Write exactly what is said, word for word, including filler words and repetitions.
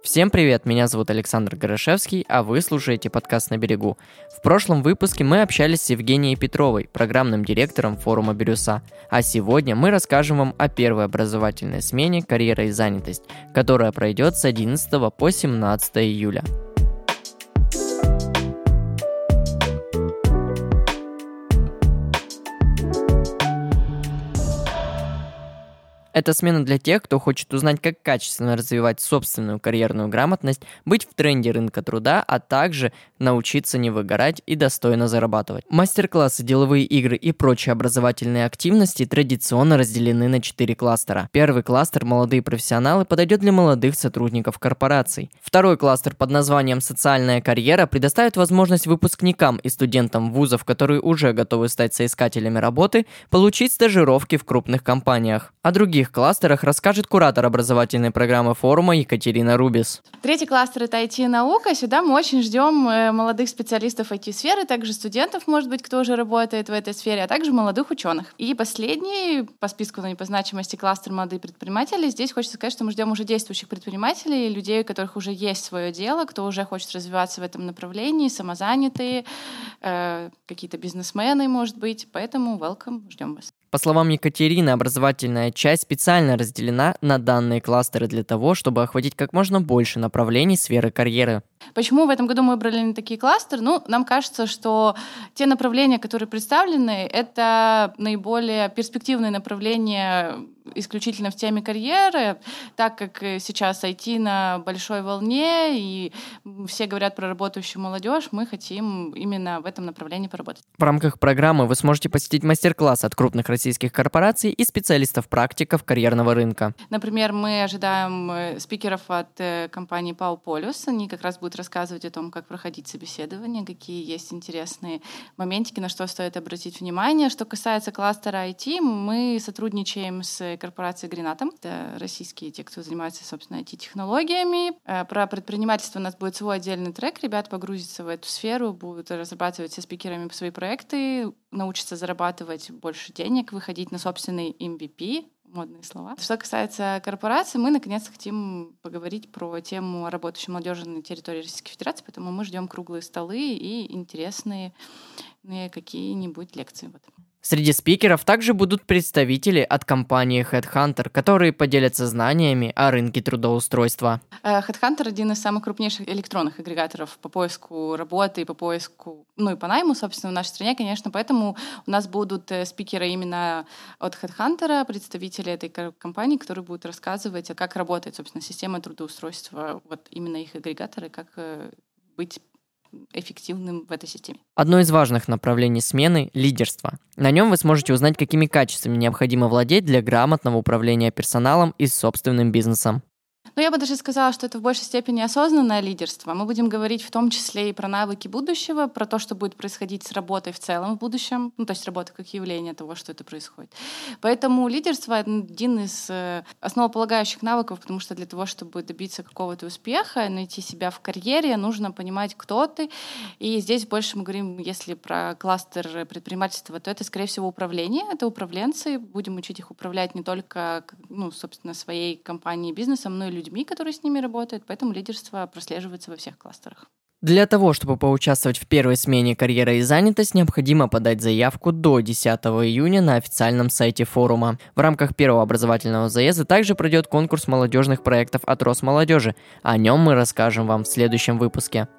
Всем привет, меня зовут Александр Горошевский, а вы слушаете подкаст «На берегу». В прошлом выпуске мы общались с Евгенией Петровой, программным директором форума «Бирюса». А сегодня мы расскажем вам о первой образовательной смене «Карьера и занятость», которая пройдет с одиннадцатого по семнадцатое июля. Это смена для тех, кто хочет узнать, как качественно развивать собственную карьерную грамотность, быть в тренде рынка труда, а также научиться не выгорать и достойно зарабатывать. Мастер-классы, деловые игры и прочие образовательные активности традиционно разделены на четыре кластера. Первый кластер «Молодые профессионалы» подойдет для молодых сотрудников корпораций. Второй кластер под названием «Социальная карьера» предоставит возможность выпускникам и студентам вузов, которые уже готовы стать соискателями работы, получить стажировки в крупных компаниях. О других кластерах расскажет куратор образовательной программы форума Екатерина Рубис. Третий кластер – это ай ти и наука. Сюда мы очень ждем молодых специалистов ай ти-сферы, также студентов, может быть, кто уже работает в этой сфере, а также молодых ученых. И последний по списку, но не по значимости, кластер «Молодые предприниматели». Здесь хочется сказать, что мы ждем уже действующих предпринимателей, людей, у которых уже есть свое дело, кто уже хочет развиваться в этом направлении, самозанятые, э, какие-то бизнесмены, может быть. Поэтому welcome, ждем вас. По словам Екатерины, образовательная часть специально разделена на данные кластеры для того, чтобы охватить как можно больше направлений сферы карьеры. Почему в этом году мы выбрали не такие кластеры? Ну, нам кажется, что те направления, которые представлены, это наиболее перспективные направления исключительно в теме карьеры, так как сейчас ай ти на большой волне, и все говорят про работающую молодежь, мы хотим именно в этом направлении поработать. В рамках программы вы сможете посетить мастер-класс от крупных российских корпораций и специалистов-практиков карьерного рынка. Например, мы ожидаем спикеров от компании Pau Polus. Они как раз будут рассказывать о том, как проходить собеседование, какие есть интересные моментики, на что стоит обратить внимание. Что касается кластера ай ти, мы сотрудничаем с корпорацией Greenatom. Это российские те, кто занимается, собственно, ай ти-технологиями. Про предпринимательство у нас будет свой отдельный трек. Ребята погрузятся в эту сферу, будут разрабатывать со спикерами свои проекты, научатся зарабатывать больше денег, выходить на собственный эм ви пи, модные слова. Что касается корпораций, мы, наконец, хотим поговорить про тему работающей молодежи на территории Российской Федерации, поэтому мы ждем круглые столы и интересные какие-нибудь лекции. Вот. Среди спикеров также будут представители от компании HeadHunter, которые поделятся знаниями о рынке трудоустройства. HeadHunter — один из самых крупнейших электронных агрегаторов по поиску работы и по поиску, ну и по найму, собственно, в нашей стране, конечно. Поэтому у нас будут спикеры именно от HeadHunter, представители этой компании, которые будут рассказывать, как работает, собственно, система трудоустройства, вот именно их агрегаторы, как быть эффективным в этой системе. Одно из важных направлений смены – лидерство. На нем вы сможете узнать, какими качествами необходимо владеть для грамотного управления персоналом и собственным бизнесом. Но я бы даже сказала, что это в большей степени осознанное лидерство. Мы будем говорить в том числе и про навыки будущего, про то, что будет происходить с работой в целом в будущем, ну, то есть работа как явление того, что это происходит. Поэтому лидерство — один из основополагающих навыков, потому что для того, чтобы добиться какого-то успеха, найти себя в карьере, нужно понимать, кто ты. И здесь больше мы говорим, если про кластер предпринимательства, то это, скорее всего, управление, это управленцы. Будем учить их управлять не только, ну, собственно, своей компанией, бизнесом, но и людьми, которые с ними работают, поэтому лидерство прослеживается во всех кластерах. Для того, чтобы поучаствовать в первой смене «Карьера и занятость», необходимо подать заявку до десятого июня на официальном сайте форума. В рамках первого образовательного заезда также пройдет конкурс молодежных проектов от Росмолодежи. О нем мы расскажем вам в следующем выпуске.